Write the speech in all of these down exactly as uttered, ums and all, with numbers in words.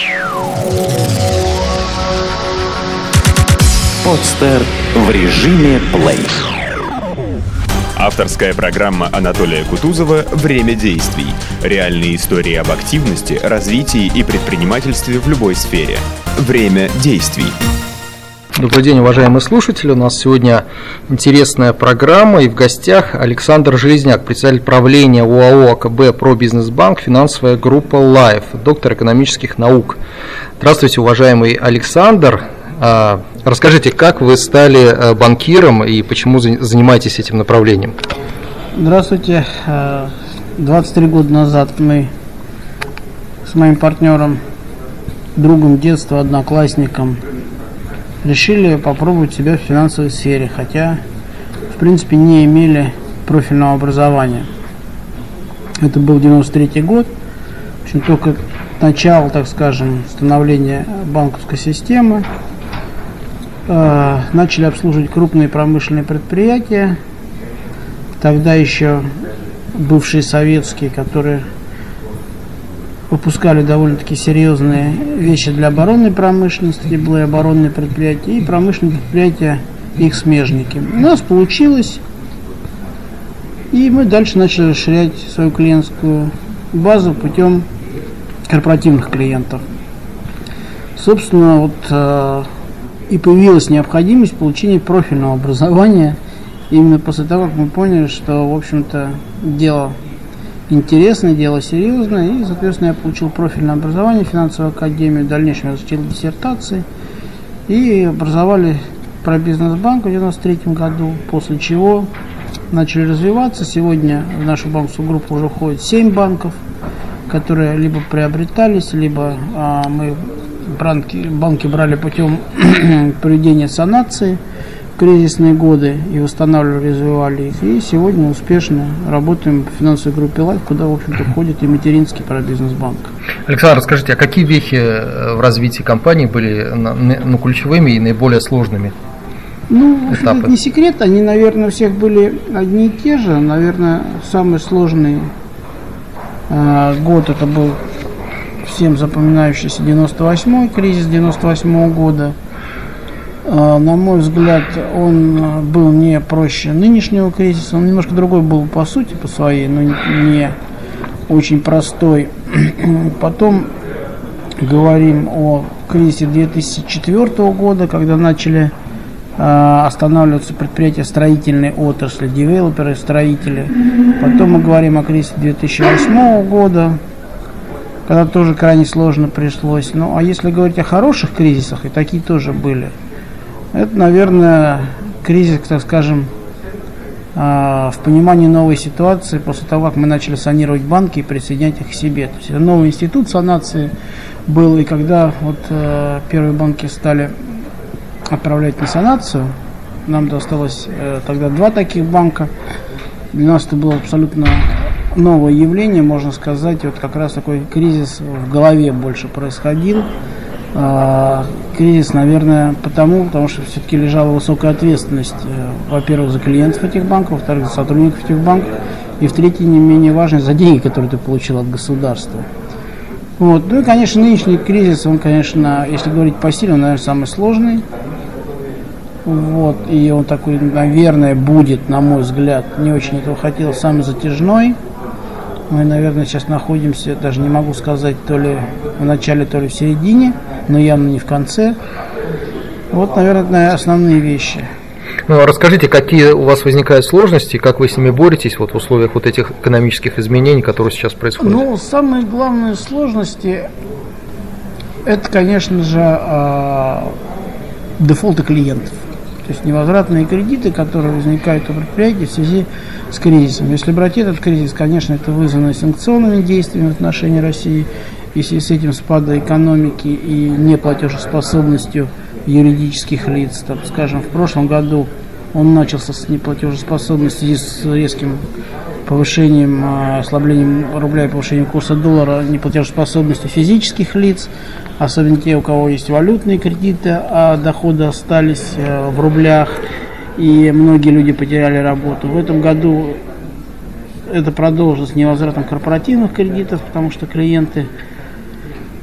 Подстер в режиме плей. Авторская программа Анатолия Кутузова «Время действий». Реальные истории об активности, развитии и предпринимательстве в любой сфере. Время действий. Добрый день, уважаемые слушатели. У нас сегодня интересная программа, и в гостях Александр Железняк, председатель правления ОАО АКБ «Пробизнесбанк», финансовая группа «Лайф», доктор экономических наук. Здравствуйте, уважаемый Александр. Расскажите, как вы стали банкиром и почему занимаетесь этим направлением? Здравствуйте. двадцать три года назад мы с моим партнером, другом детства, одноклассником, решили попробовать себя в финансовой сфере, хотя, в принципе, не имели профильного образования. Это был девяносто третий год, в общем, только начало, так скажем, становления банковской системы. Начали обслуживать крупные промышленные предприятия, тогда еще бывшие советские, которые выпускали довольно-таки серьезные вещи для оборонной промышленности, где были оборонные предприятия, и промышленные предприятия, их смежники. У нас получилось, и мы дальше начали расширять свою клиентскую базу путем корпоративных клиентов. Собственно, вот и появилась необходимость получения профильного образования именно после того, как мы поняли, что, в общем-то, дело интересное, дело серьезное, и, соответственно, я получил профильное образование, финансовую академию, в дальнейшем я защитил диссертации, и образовали Пробизнесбанк в девяносто третьем году, после чего начали развиваться. Сегодня в нашу банковскую группу уже входит семь банков, которые либо приобретались, либо а, мы Банки, банки брали путем проведения санации в кризисные годы и восстанавливали, развивали их. И сегодня успешно работаем в финансовой группе «Лайф», куда, в общем-то, входит и материнский Пробизнесбанк. Александр, расскажите, а какие вехи в развитии компании были ну, ключевыми и наиболее сложными? Ну, это не секрет, они, наверное, у всех были одни и те же. Наверное, самый сложный э, год это был всем запоминающийся девяносто восьмой, кризис девяносто восьмого года. На мой взгляд, он был не проще нынешнего кризиса, он немножко другой был по сути, по своей, но не очень простой. Потом говорим о кризисе две тысячи четвёртого года, когда начали останавливаться предприятия строительной отрасли, девелоперы, строители. Потом мы говорим о кризисе две тысячи восьмого года, когда тоже крайне сложно пришлось. Ну, а если говорить о хороших кризисах, и такие тоже были, это, наверное, кризис, так скажем, в понимании новой ситуации, после того, как мы начали санировать банки и присоединять их к себе. То есть это новый институт санации был, и когда вот первые банки стали отправлять на санацию, нам досталось тогда два таких банка. Для нас это было абсолютно новое явление, можно сказать, вот как раз такой кризис в голове больше происходил. А, кризис, наверное, потому, потому что все-таки лежала высокая ответственность, во-первых, за клиентов этих банков, во-вторых, за сотрудников этих банков, и в-третьих, не менее важно, за деньги, которые ты получил от государства. Вот. Ну и, конечно, нынешний кризис, он, конечно, если говорить по силе, он, наверное, самый сложный. Вот. И он такой, наверное, будет, на мой взгляд, не очень этого хотел, самый затяжной. Мы, наверное, сейчас находимся, даже не могу сказать, то ли в начале, то ли в середине, но явно не в конце. Вот, наверное, основные вещи. Ну, а расскажите, какие у вас возникают сложности, как вы с ними боретесь вот в условиях вот этих экономических изменений, которые сейчас происходят? Ну, самые главные сложности, это, конечно же, дефолты клиентов. То есть невозвратные кредиты, которые возникают у предприятий в связи с кризисом. Если брать этот кризис, конечно, это вызвано санкционными действиями в отношении России, и в связи с этим спада экономики и неплатежеспособностью юридических лиц. Так, скажем, в прошлом году он начался с неплатежеспособности с резким повышением, ослаблением рубля и повышением курса доллара, неплатежеспособности физических лиц, особенно те, у кого есть валютные кредиты, а доходы остались в рублях, и многие люди потеряли работу. В этом году это продолжилось невозвратом корпоративных кредитов, потому что клиенты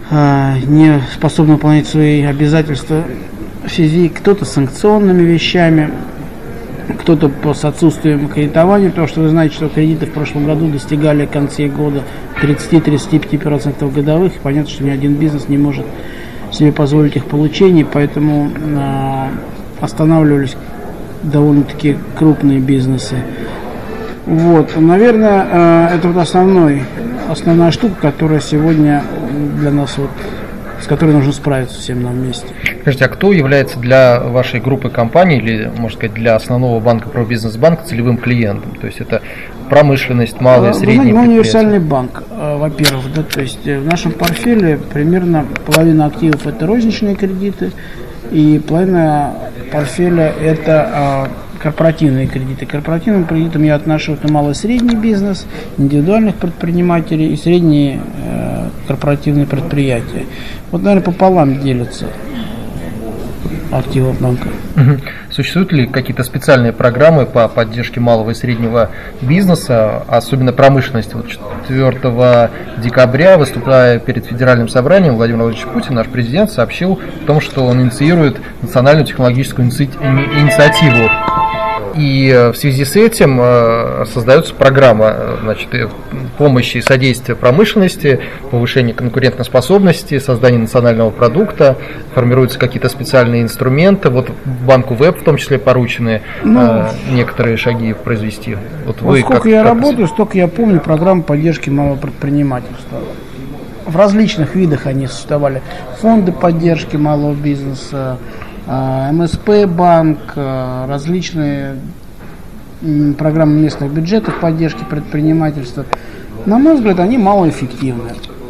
не способны выполнять свои обязательства в связи кто-то с санкционными вещами, кто-то с отсутствием кредитования, потому что вы знаете, что кредиты в прошлом году достигали в конце года тридцать-тридцать пять процентов годовых, и понятно, что ни один бизнес не может себе позволить их получение, поэтому э, останавливались довольно-таки крупные бизнесы. Вот, наверное, э, это вот основной, основная штука, которая сегодня для нас, вот, с которой нужно справиться всем нам вместе. Скажите, а кто является для вашей группы компаний или, можно сказать, для основного банка Пробизнесбанк целевым клиентом? То есть это промышленность, малые, Вы средние знаете, мы предприятия? универсальный банк, во-первых, да, то есть в нашем портфеле примерно половина активов это розничные кредиты, и половина портфеля это корпоративные кредиты. К корпоративным кредитам я отношу это малый и средний бизнес, индивидуальных предпринимателей и средние э, корпоративные предприятия. Вот, наверное, пополам делятся активы банка. Угу. Существуют ли какие-то специальные программы по поддержке малого и среднего бизнеса, особенно промышленности? Вот четвёртого декабря, выступая перед Федеральным собранием, Владимир Владимирович Путин, наш президент, сообщил о том, что он инициирует национальную технологическую инициативу. И в связи с этим создается программа, значит, помощи и содействия промышленности, повышения конкурентоспособности, создания национального продукта, формируются какие-то специальные инструменты. Вот банку Веб в том числе поручены ну, некоторые шаги произвести. Вот вы сколько как, я как работаю, столько я помню программы поддержки малого предпринимательства. В различных видах они существовали. Фонды поддержки малого бизнеса, эм эс пэ банк, различные программы местных бюджетов поддержки предпринимательства. На мой взгляд, они малоэффективны.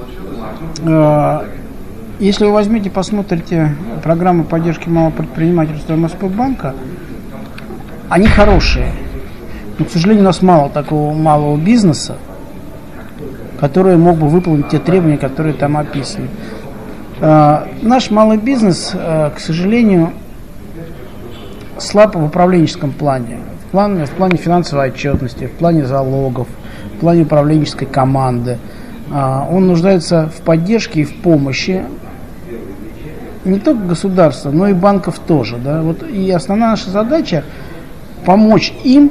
Если вы возьмете, посмотрите программы поддержки малого предпринимательства эм эс пэ банка, они хорошие. Но, к сожалению, у нас мало такого малого бизнеса, который мог бы выполнить те требования, которые там описаны. Uh, наш малый бизнес, uh, к сожалению, слаб в управленческом плане, в плане, в плане финансовой отчетности, в плане залогов, в плане управленческой команды. Uh, он нуждается в поддержке и в помощи не только государства, но и банков тоже. Да? Вот, и основная наша задача – помочь им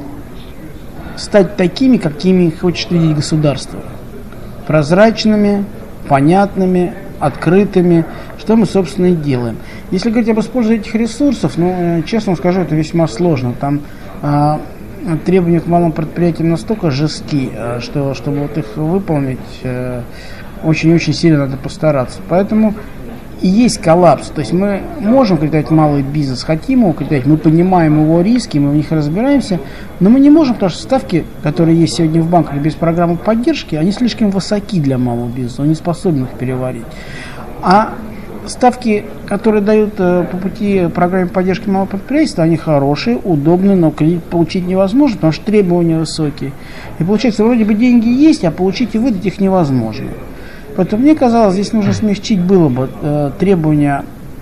стать такими, какими хочет видеть государство. Прозрачными, понятными, открытыми, что мы, собственно, и делаем. Если говорить об использовании этих ресурсов, ну, честно вам скажу, это весьма сложно. Там а, требования к малым предприятиям настолько жестки, а, что, чтобы вот их выполнить, а, очень-очень сильно надо постараться. Поэтому и есть коллапс. То есть мы можем кредитовать малый бизнес, хотим его кредитовать, мы понимаем его риски, мы в них разбираемся, но мы не можем, потому что ставки, которые есть сегодня в банках без программы поддержки, они слишком высоки для малого бизнеса, он не способен их переварить. А ставки, которые дают по пути программы поддержки малого предприятия, они хорошие, удобные, но кредит получить невозможно, потому что требования высокие. И получается, вроде бы деньги есть, а получить и выдать их невозможно. Поэтому мне казалось, здесь нужно смягчить было бы э, требования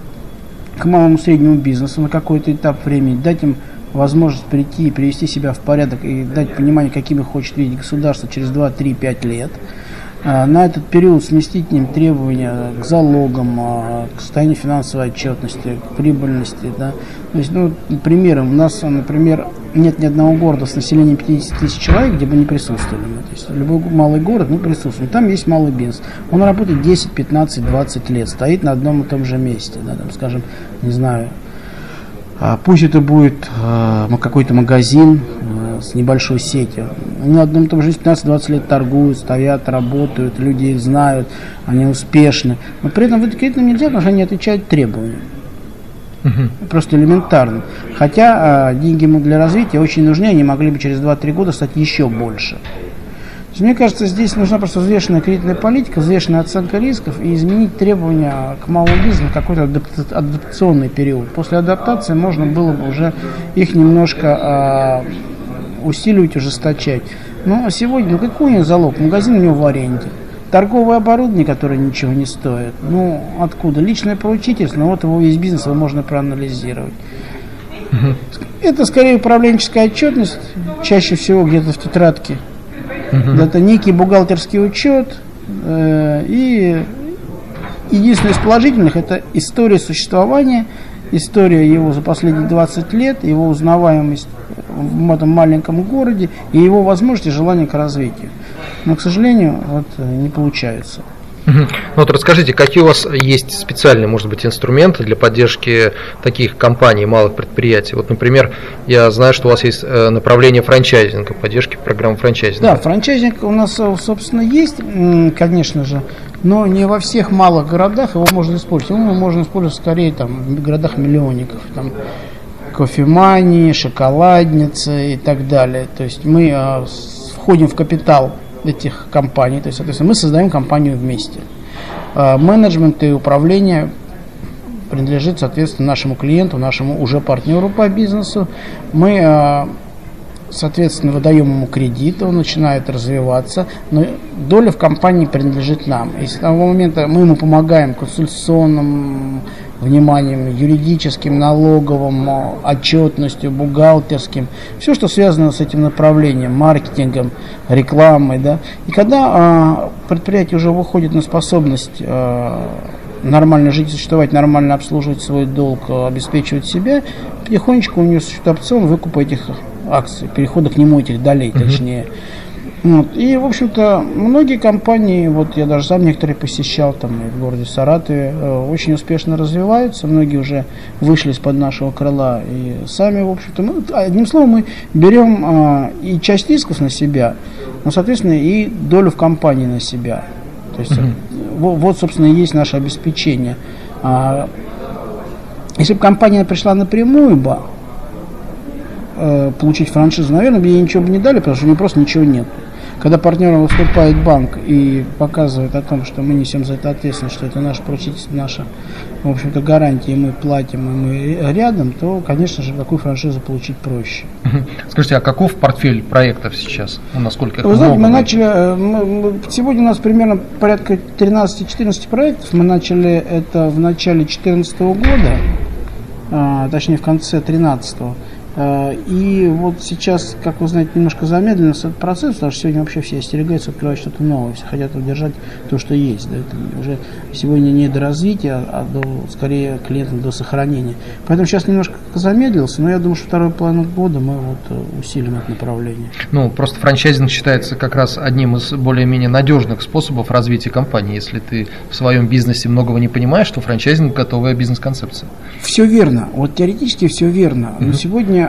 к малому и среднему бизнесу на какой-то этап времени, дать им возможность прийти и привести себя в порядок и дать понимание, какими хочет видеть государство через два, три, пять лет. Э, на этот период сместить им требования к залогам, э, к состоянию финансовой отчетности, к прибыльности. Да. То есть, ну, примером, у нас, например, нет ни одного города с населением пятьдесят тысяч человек, где бы не присутствовали мы. То есть любой малый город, мы присутствуем. Там есть малый бизнес. Он работает десять, пятнадцать, двадцать лет, стоит на одном и том же месте. Да, там, скажем, не знаю, пусть это будет какой-то магазин с небольшой сетью. Они на одном и том же месте пятнадцать-двадцать лет торгуют, стоят, работают, люди их знают, они успешны. Но при этом выдать кредитным нельзя, потому что они отвечают требованиям. Uh-huh. Просто элементарно. Хотя а, деньги ему для развития очень нужны, они могли бы через два-три года стать еще больше. То есть, мне кажется, здесь нужна просто взвешенная кредитная политика, взвешенная оценка рисков и изменить требования к малому бизнесу в какой-то адапта- адаптационный период. После адаптации можно было бы уже их немножко а, усиливать, ужесточать. Но сегодня, ну какой у него залог? Магазин у него в аренде. Торговое оборудование, которое ничего не стоит. Ну, откуда? Личное поручительство, но вот его весь бизнес его можно проанализировать. Uh-huh. Это скорее управленческая отчетность, чаще всего где-то в тетрадке. Uh-huh. Это некий бухгалтерский учет э, и единственное из положительных – это история существования, история его за последние двадцать лет, его узнаваемость в этом маленьком городе и его возможности и желание к развитию. Но, к сожалению, вот не получается. Ну вот расскажите, какие у вас есть специальные, может быть, инструменты для поддержки таких компаний, малых предприятий? Вот, например, я знаю, что у вас есть направление франчайзинга, поддержки программы франчайзинга. Да, франчайзинг у нас, собственно, есть, конечно же, но не во всех малых городах его можно использовать. Его можно использовать скорее там, в городах-миллионников, там, кофемании, шоколадницы и так далее. То есть мы э, входим в капитал этих компаний, то есть, соответственно, мы создаем компанию вместе. Э, менеджмент и управление принадлежит, соответственно, нашему клиенту, нашему уже партнеру по бизнесу. Мы, э, соответственно, выдаем ему кредит, он начинает развиваться, но доля в компании принадлежит нам. И с того момента мы ему помогаем консультационным вниманием, юридическим, налоговым, отчетностью, бухгалтерским, все, что связано с этим направлением, маркетингом, рекламой, да. И когда э, предприятие уже выходит на способность э, нормально жить, существовать, нормально обслуживать свой долг, обеспечивать себя, потихонечку у него существует опцион выкупа этих акций, перехода к нему этих долей, uh-huh. точнее. Вот. И, в общем-то, многие компании, вот я даже сам некоторые посещал там и в городе Саратове, э, очень успешно развиваются, многие уже вышли из-под нашего крыла и сами, в общем-то, мы, одним словом, мы берем э, и часть рисков на себя, но, соответственно, и долю в компании на себя. То есть, uh-huh. вот, вот, собственно, и есть наше обеспечение. А, если бы компания пришла напрямую бы э, получить франшизу, наверное, ей ничего бы не дали, потому что у нее просто ничего нет. Когда партнером выступает банк и показывает о том, что мы несем за это ответственность, что это наше поручительство, наша, в общем-то, гарантия, мы платим, и мы рядом, то, конечно же, такую франшизу получить проще. Скажите, а каков портфель проектов сейчас? Ну, насколько это Вы знаете, много? мы начали, мы, сегодня у нас примерно порядка тринадцать-четырнадцать проектов. Мы начали это в начале две тысячи четырнадцатого года, а, точнее в конце две тысячи тринадцатого. И вот сейчас, как вы знаете, немножко замедлен этот процесс, потому что сегодня вообще все остерегаются открывать что-то новое, все хотят удержать то, что есть. Да, это уже сегодня не до развития, а до, скорее клиентам до сохранения. Поэтому сейчас немножко замедлился, но я думаю, что вторую половину года мы вот усилим это направление. Ну, просто франчайзинг считается как раз одним из более-менее надежных способов развития компании. Если ты в своем бизнесе многого не понимаешь, то франчайзинг – готовая бизнес-концепция. Все верно. Вот теоретически все верно. Но mm-hmm. сегодня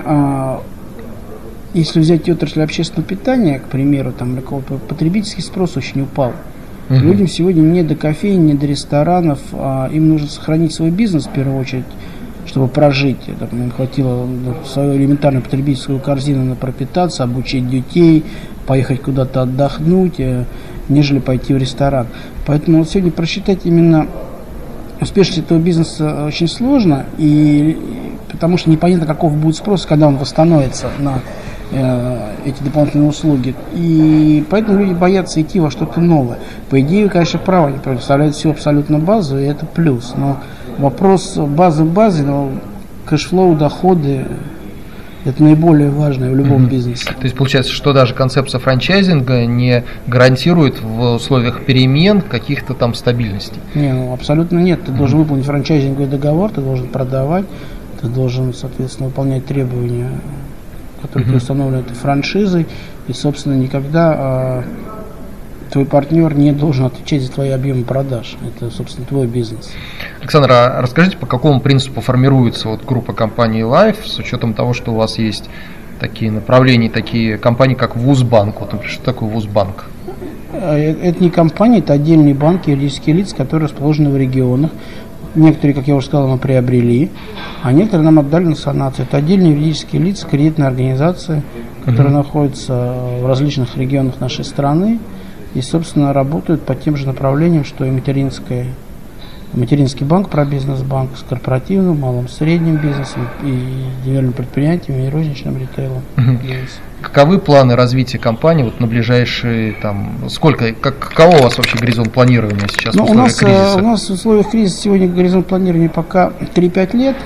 если взять отрасль общественного питания, к примеру, там потребительский спрос очень упал. Uh-huh. Людям сегодня не до кофеин, не до ресторанов, а им нужно сохранить свой бизнес в первую очередь, чтобы прожить. Это, им хватило свою элементарную потребительскую корзину на пропитаться, обучить детей, поехать куда-то отдохнуть, нежели пойти в ресторан. Поэтому вот сегодня просчитать именно успешность этого бизнеса очень сложно, и потому что непонятно, каков будет спрос, когда он восстановится на э, эти дополнительные услуги. И поэтому люди боятся идти во что-то новое. По идее, конечно, право, они представляют всю абсолютно базу, и это плюс. Но вопрос базы базы, но кэшфлоу, доходы, это наиболее важное в любом mm-hmm. бизнесе. То есть получается, что даже концепция франчайзинга не гарантирует в условиях перемен каких-то там стабильностей? Не, ну абсолютно нет. Ты mm-hmm. должен выполнить франчайзинговый договор, ты должен продавать, ты должен, соответственно, выполнять требования, которые mm-hmm. установлены этой франшизой, и, собственно, никогда а, твой партнер не должен отвечать за твои объемы продаж. Это, собственно, твой бизнес. Александр, а расскажите, по какому принципу формируется вот группа компаний Life, с учетом того, что у вас есть такие направления, такие компании, как Вузбанк. Вот, например, что такое Вузбанк? Это не компания, это отдельные банки, юридические лица, которые расположены в регионах. Некоторые, как я уже сказал, мы приобрели, а некоторые нам отдали на санацию. Это отдельные юридические лица, кредитные организации, которые mm-hmm. находятся в различных регионах нашей страны и, собственно, работают по тем же направлениям, что и материнская, материнский банк, пробизнес-банк с корпоративным, малым, средним бизнесом, и индивидуальным предприятиями, и розничным ритейлом. Mm-hmm. Каковы планы развития компании вот на ближайшие, там, сколько, как, каково у вас вообще горизонт планирования сейчас ну, в условиях у нас, кризиса? У нас в условиях кризиса сегодня горизонт планирования пока три-пять лет.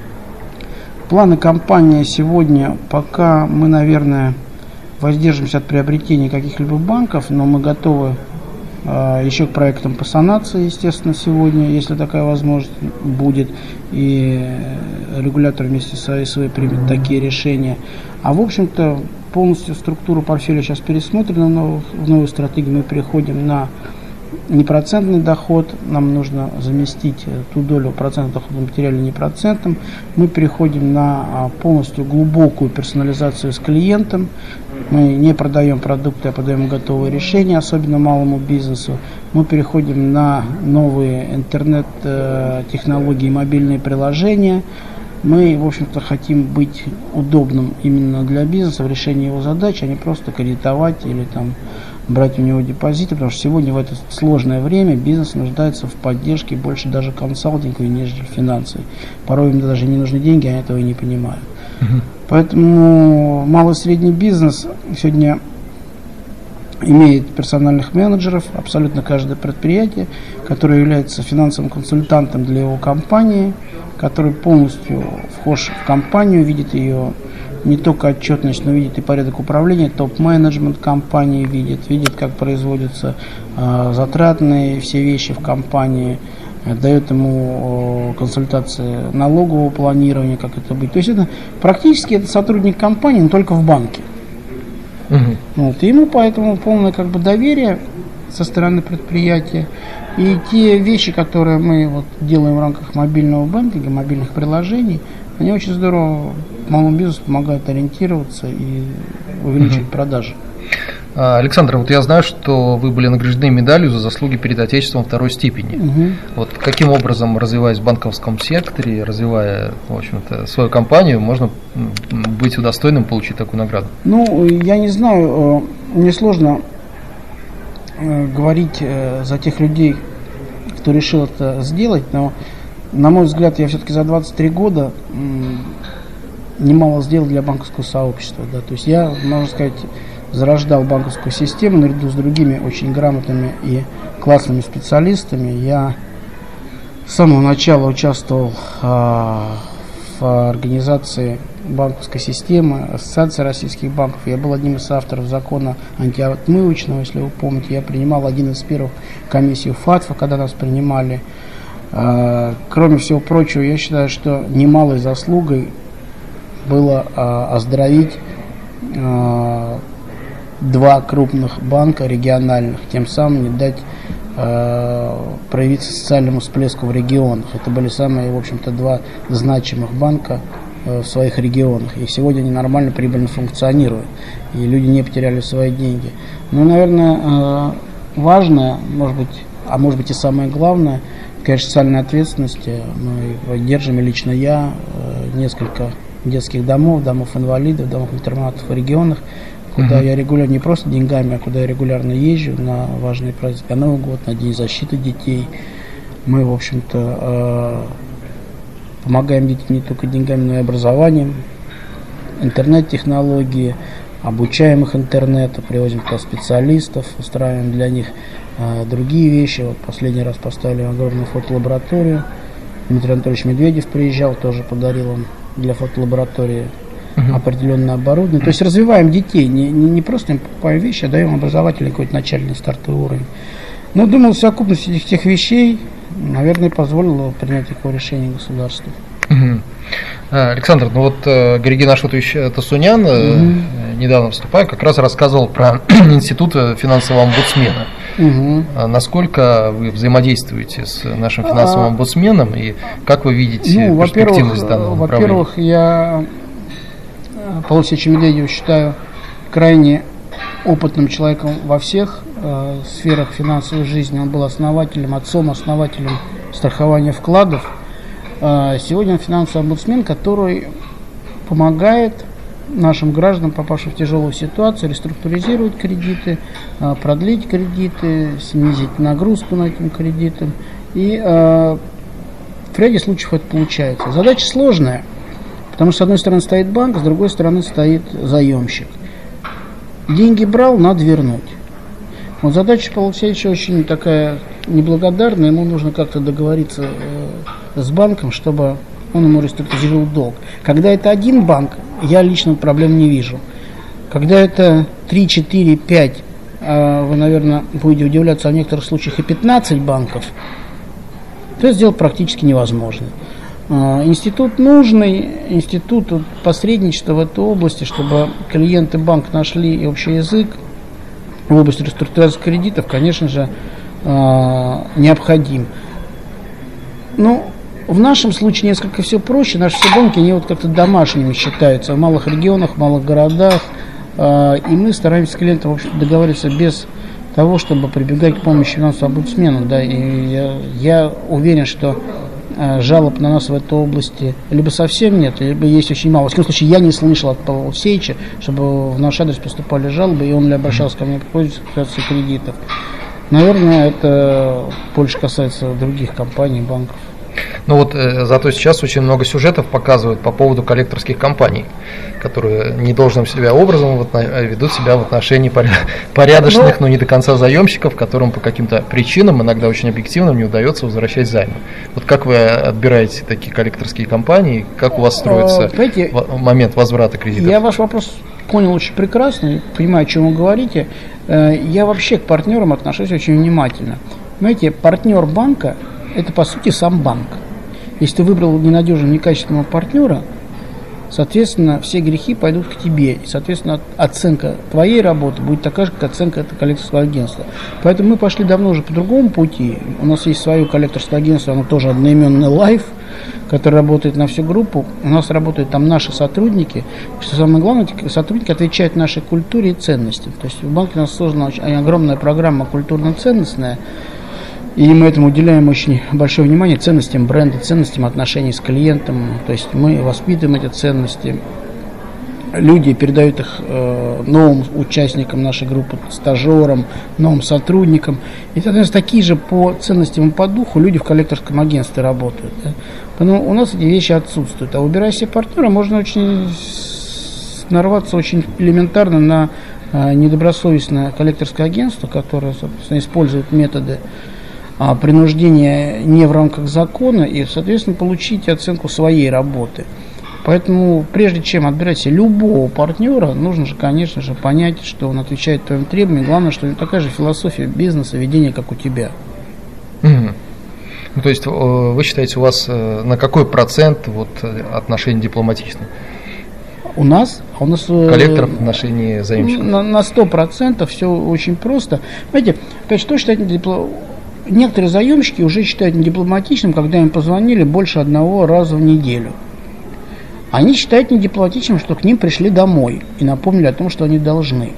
Планы компании сегодня, пока мы, наверное, воздержимся от приобретения каких-либо банков, но мы готовы еще к проектам по санации, естественно, сегодня, если такая возможность будет, и регулятор вместе с эй эс вэ примет такие решения. А в общем-то полностью структуру портфеля сейчас пересмотрена, но в новую стратегию мы переходим на непроцентный доход, нам нужно заместить ту долю процентов дохода материальным непроцентным. Мы переходим на полностью глубокую персонализацию с клиентом. Мы не продаем продукты, а продаем готовые решения, особенно малому бизнесу. Мы переходим на новые интернет-технологии и мобильные приложения. Мы, в общем-то, хотим быть удобным именно для бизнеса в решении его задач, а не просто кредитовать или там брать у него депозиты, потому что сегодня в это сложное время бизнес нуждается в поддержке больше даже консалтинга, нежели финансовой. Порой им даже не нужны деньги, они этого и не понимают. Uh-huh. Поэтому малый и средний бизнес сегодня имеет персональных менеджеров, абсолютно каждое предприятие, которое является финансовым консультантом для его компании, который полностью вхож в компанию, видит ее не только отчетность, но видит и порядок управления, топ-менеджмент компании видит, видит, как производятся э, затратные все вещи в компании, э, дает ему э, консультации налогового планирования, как это быть. То есть это практически это сотрудник компании, но только в банке. Uh-huh. Вот, и ему поэтому полное как бы доверие со стороны предприятия. И те вещи, которые мы вот делаем в рамках мобильного банкинга, мобильных приложений, они очень здорово малому бизнесу помогают ориентироваться и увеличивать uh-huh. продажи. Александр, вот я знаю, что вы были награждены медалью за заслуги перед Отечеством второй степени. Uh-huh. Вот каким образом, развиваясь в банковском секторе, развивая, в общем-то, свою компанию, можно быть удостоенным получить такую награду? Ну, я не знаю, мне сложно говорить за тех людей, кто решил это сделать, но, на мой взгляд, я все-таки за двадцать три года немало сделал для банковского сообщества. Да. То есть я, можно сказать, зарождал банковскую систему наряду с другими очень грамотными и классными специалистами. Я с самого начала участвовал а, в организации банковской системы, Ассоциации российских банков. Я был одним из авторов закона антиотмывочного, если вы помните. Я принимал один из первых комиссию ФАТФа, когда нас принимали. А, кроме всего прочего, я считаю, что немалой заслугой было а, оздоровить а, два крупных банка региональных, тем самым не дать э, проявиться социальному всплеску в регионах. Это были самые, в общем-то, два значимых банка э, в своих регионах. И сегодня они нормально, прибыльно функционируют. И люди не потеряли свои деньги. Ну, наверное, э, важное, может быть, а может быть и самое главное, конечно, социальной ответственности. Мы поддержим, и лично я, э, несколько детских домов, домов инвалидов, домов интернатов в регионах, куда uh-huh. я регулярно, не просто деньгами, а куда я регулярно езжу на важные праздники, на Новый год, на День защиты детей. Мы, в общем-то, э, помогаем детям не только деньгами, но и образованием, интернет-технологии, обучаем их интернету, привозим туда специалистов, устраиваем для них э, другие вещи. Вот последний раз поставили огромную фотолабораторию. Дмитрий Анатольевич Медведев приезжал, тоже подарил им для фотолаборатории uh-huh. определенное оборудование. То есть развиваем детей, не, не, не просто им покупаем вещи, а даем образовательный какой-то начальный стартовый уровень. Но, думаю, совокупность этих тех вещей, наверное, позволила принять такое решение государству. Uh-huh. Александр, ну вот э, Григин Ашотович Тасунян, uh-huh. э, недавно выступая, как раз рассказывал про институт финансового омбудсмена. Uh-huh. А насколько вы взаимодействуете с нашим финансовым омбудсменом и как вы видите ну, перспективность данного направления? Во-первых, я Павла Алексеевича Медведева считаю крайне опытным человеком во всех э, сферах финансовой жизни. Он был основателем, отцом, основателем страхования вкладов. Э, сегодня он финансовый омбудсмен, который помогает нашим гражданам, попавшим в тяжелую ситуацию, реструктуризировать кредиты, э, продлить кредиты, снизить нагрузку на этим кредитам. И э, в ряде случаев это получается. Задача сложная. Потому что с одной стороны стоит банк, с другой стороны стоит заемщик. Деньги брал, надо вернуть. Вот задача Павла Алексеевича очень такая неблагодарная. Ему нужно как-то договориться э, с банком, чтобы он ему реструктуризировал долг. Когда это один банк, я лично проблем не вижу. Когда это три, четыре, пять а вы, наверное, будете удивляться, а в некоторых случаях и пятнадцать банков, то это сделать практически невозможно. Институт нужный, институт посредничества в этой области, чтобы клиенты банка нашли общий язык в области реструктуризации кредитов, конечно же, необходим. Но в нашем случае несколько все проще. Наши все банки, они вот как-то домашними считаются в малых регионах, в малых городах, и мы стараемся с клиентом, в общем, договариваться без того, чтобы прибегать к помощи финансового омбудсмена. Да, и я, я уверен, что жалоб на нас в этой области либо совсем нет, либо есть очень мало. В таком случае я не слышал от Павла Алексеевича, чтобы в наш адрес поступали жалобы, и он ли обращался ко мне по поводу реструктуризации кредитов. Наверное, это больше касается других компаний, банков. Ну вот э, зато сейчас очень много сюжетов показывают по поводу коллекторских компаний, которые недолжным себя образом вот, ведут себя в отношении порядочных, но не до конца заемщиков, которым по каким-то причинам, иногда очень объективным, не удается возвращать займы. Вот как вы отбираете такие коллекторские компании, как у вас строится Знаете, момент возврата кредитов? Я ваш вопрос понял очень прекрасно, понимаю, о чем вы говорите. Я вообще к партнерам отношусь очень внимательно. Знаете, партнер банка – это, по сути, сам банк. Если ты выбрал ненадежного, некачественного партнера, соответственно, все грехи пойдут к тебе. И, соответственно, оценка твоей работы будет такая же, как оценка этого коллекторского агентства. Поэтому мы пошли давно уже по другому пути. У нас есть свое коллекторское агентство, оно тоже одноименное Life, который работает на всю группу. У нас работают там наши сотрудники. Что самое главное, эти сотрудники отвечают нашей культуре и ценностям. То есть в банке у нас создана огромная программа культурно-ценностная. И мы этому уделяем очень большое внимание ценностям бренда, ценностям отношений с клиентом. То есть мы воспитываем эти ценности. Люди передают их э, новым участникам нашей группы, стажерам, новым сотрудникам. И, соответственно, такие же по ценностям и по духу люди в коллекторском агентстве работают. Да? Поэтому у нас эти вещи отсутствуют. А выбирая себе партнера, можно очень нарваться очень элементарно на э, недобросовестное коллекторское агентство, которое, собственно, использует методы принуждение не в рамках закона и, соответственно, получить оценку своей работы. Поэтому, прежде чем отбирать себе любого партнера, нужно же, конечно же, понять, что он отвечает твоим требованиям. Главное, что у него такая же философия бизнеса, ведения, как у тебя. Mm-hmm. Ну, то есть, вы считаете, у вас на какой процент вот, отношений дипломатичны? У нас, у нас коллекторов в отношении заемщиков? На, на сто процентов все очень просто. Знаете, опять что считать дипломатичным? Некоторые заемщики уже считают недипломатичным, когда им позвонили больше одного раза в неделю. Они считают недипломатичным, что к ним пришли домой и напомнили о том, что они должны.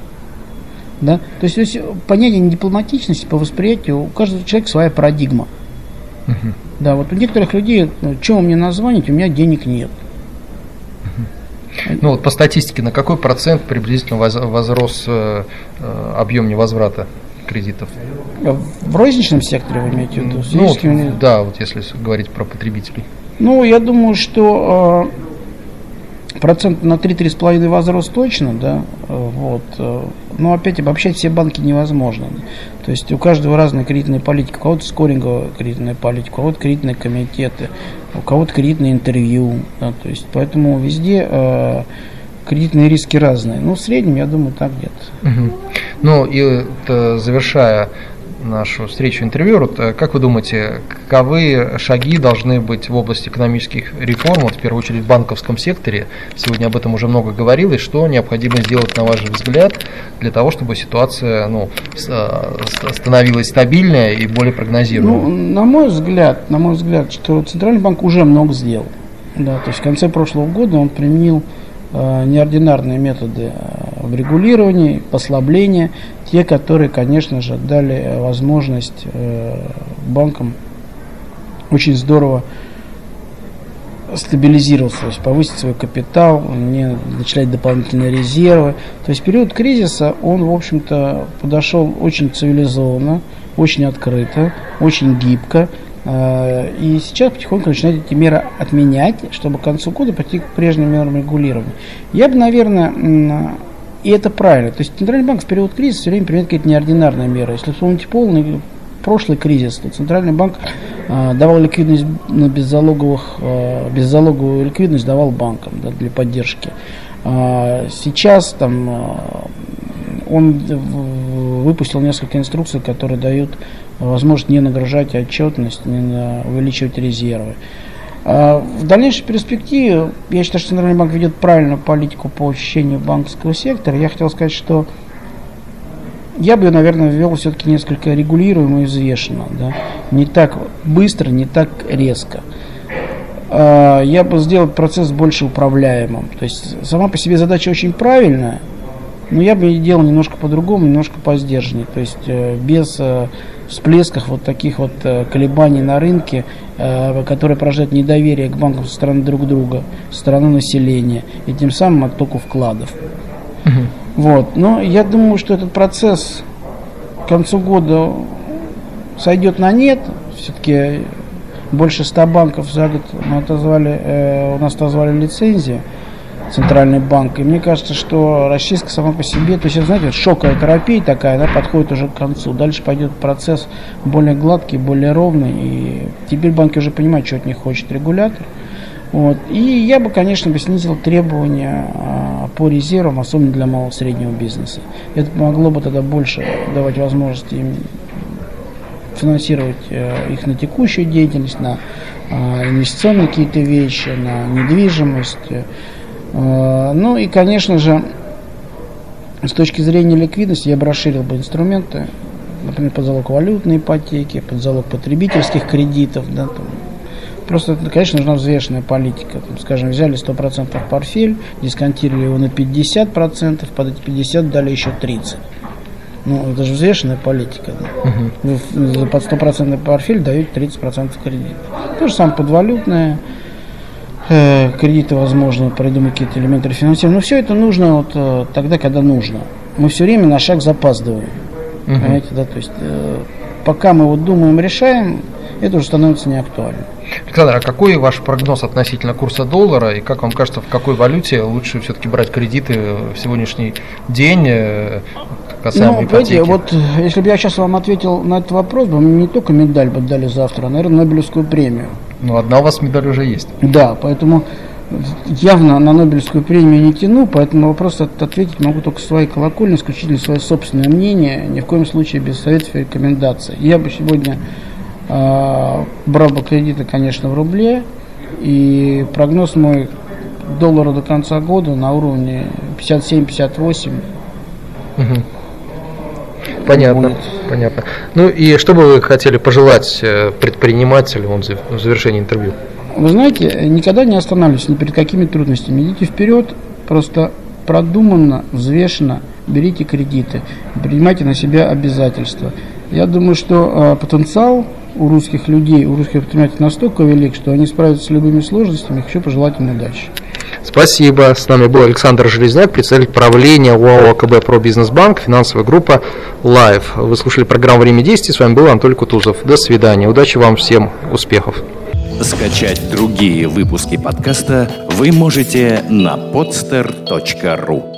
Да? То есть, то есть понятие недипломатичности по восприятию, у каждого человека своя парадигма. Uh-huh. Да, вот у некоторых людей, ну, что вы мне назвоните, у меня денег нет. Uh-huh. Ну вот по статистике, на какой процент приблизительно возрос э, объем невозврата кредитов? В розничном секторе вы имеете в виду? Ну, вот, да, вот если говорить про потребителей. Ну, я думаю, что э, процент на три — три с половиной возрос точно, да, вот. Но опять обобщать все банки невозможно. То есть у каждого разная кредитная политика. У кого-то скоринговая кредитная политика, у кого-то кредитные комитеты, у кого-то кредитное интервью. Да, то есть поэтому везде э, кредитные риски разные. Ну, в среднем, я думаю, так где-то. Угу. Ну, и это, завершая нашу встречу интервью, как вы думаете, каковы шаги должны быть в области экономических реформ, вот в первую очередь в банковском секторе? Сегодня об этом уже много говорилось. Что необходимо сделать, на ваш взгляд, для того, чтобы ситуация ну, становилась стабильнее и более прогнозируемой? Ну, на мой взгляд, на мой взгляд, что Центральный банк уже много сделал. Да, то есть в конце прошлого года он применил э, неординарные методы в регулировании, послабления, те, которые, конечно же, дали возможность э, банкам очень здорово стабилизироваться, то есть повысить свой капитал, не начислять дополнительные резервы. То есть период кризиса, он, в общем-то, подошел очень цивилизованно, очень открыто, очень гибко. Э, и сейчас потихоньку начинают эти меры отменять, чтобы к концу года пойти к прежним мерам регулирования. Я бы, наверное, и это правильно. То есть Центральный банк в период кризиса все время применяет какие-то неординарные меры. Если вспомните полный прошлый кризис, то Центральный банк э, давал ликвидность на беззалоговых, э, беззалоговую ликвидность давал банкам, да, для поддержки. Э, сейчас там э, он выпустил несколько инструкций, которые дают возможность не нагружать отчетность, не увеличивать резервы. В дальнейшей перспективе, я считаю, что Центральный банк ведет правильную политику по очищению банковского сектора. Я хотел сказать, что я бы, наверное, ввел все-таки несколько регулируемо и взвешенно. Да? Не так быстро, не так резко. Я бы сделал процесс больше управляемым. То есть сама по себе задача очень правильная, но я бы делал немножко по-другому, немножко по-сдержаннее. То есть без всплесков вот таких вот колебаний на рынке, которые порождают недоверие к банкам со стороны друг друга, со стороны населения, и тем самым оттоку вкладов. Угу. Вот. Но я думаю, что этот процесс к концу года сойдет на нет. Все-таки больше ста банков за год мы отозвали, э, у нас отозвали лицензии, Центральный банк. И мне кажется, что расчистка сама по себе, то есть, знаете, вот шоковая терапия такая, она подходит уже к концу. Дальше пойдет процесс более гладкий, более ровный. И теперь банки уже понимают, что от них хочет регулятор. Вот. И я бы, конечно, бы снизил требования а, по резервам, особенно для малого и среднего бизнеса. Это помогло бы тогда больше давать возможности им финансировать э, их на текущую деятельность, на э, инвестиционные какие-то вещи, на недвижимость. Ну и, конечно же, с точки зрения ликвидности я бы расширил бы инструменты, например, под залог валютной ипотеки, под залог потребительских кредитов. Да, там. Просто, конечно, нужна взвешенная политика. Там, скажем, взяли сто процентов портфель, дисконтировали его на пятьдесят процентов, под эти пятьдесят дали еще тридцать процентов. Ну, это же взвешенная политика. Да. Uh-huh. Вы под сто процентов портфель даете тридцать процентов кредита. То же самое подвалютное. Кредиты, возможно, придумать какие-то элементы рефинансирования. Но все это нужно вот э, тогда, когда нужно. Мы все время на шаг запаздываем. Uh-huh. Понимаете, да? То есть, э, пока мы вот думаем, решаем, это уже становится неактуально. Александр, а какой ваш прогноз относительно курса доллара? И как вам кажется, в какой валюте лучше все-таки брать кредиты в сегодняшний день? Ну, понимаете, вот если бы я сейчас вам ответил на этот вопрос, бы мне не только медаль бы дали завтра, а, наверное, Нобелевскую премию. Ну, одна у вас медаль уже есть. Да, поэтому явно на Нобелевскую премию не тяну, поэтому вопрос ответить могу только своей колокольни, исключительно свое собственное мнение, ни в коем случае без советов и рекомендаций. Я бы сегодня э, брал бы кредиты, конечно, в рубле, и прогноз мой доллара до конца года на уровне пятьдесят семь - пятьдесят восемь. Угу. Понятно, будет. Понятно. Ну и что бы вы хотели пожелать предпринимателю в завершении интервью? Вы знаете, никогда не останавливайтесь ни перед какими трудностями. Идите вперед, просто продуманно, взвешенно берите кредиты, принимайте на себя обязательства. Я думаю, что э, потенциал у русских людей, у русских предпринимателей настолько велик, что они справятся с любыми сложностями. Хочу пожелать им удачи. Спасибо. С нами был Александр Железняк, председатель правления ОАО АКБ «Пробизнесбанк», финансовая группа «Лайф». Вы слушали программу «Время действий». С вами был Анатолий Кутузов. До свидания. Удачи вам всем. Успехов. Скачать другие выпуски подкаста вы можете на podster точка ру.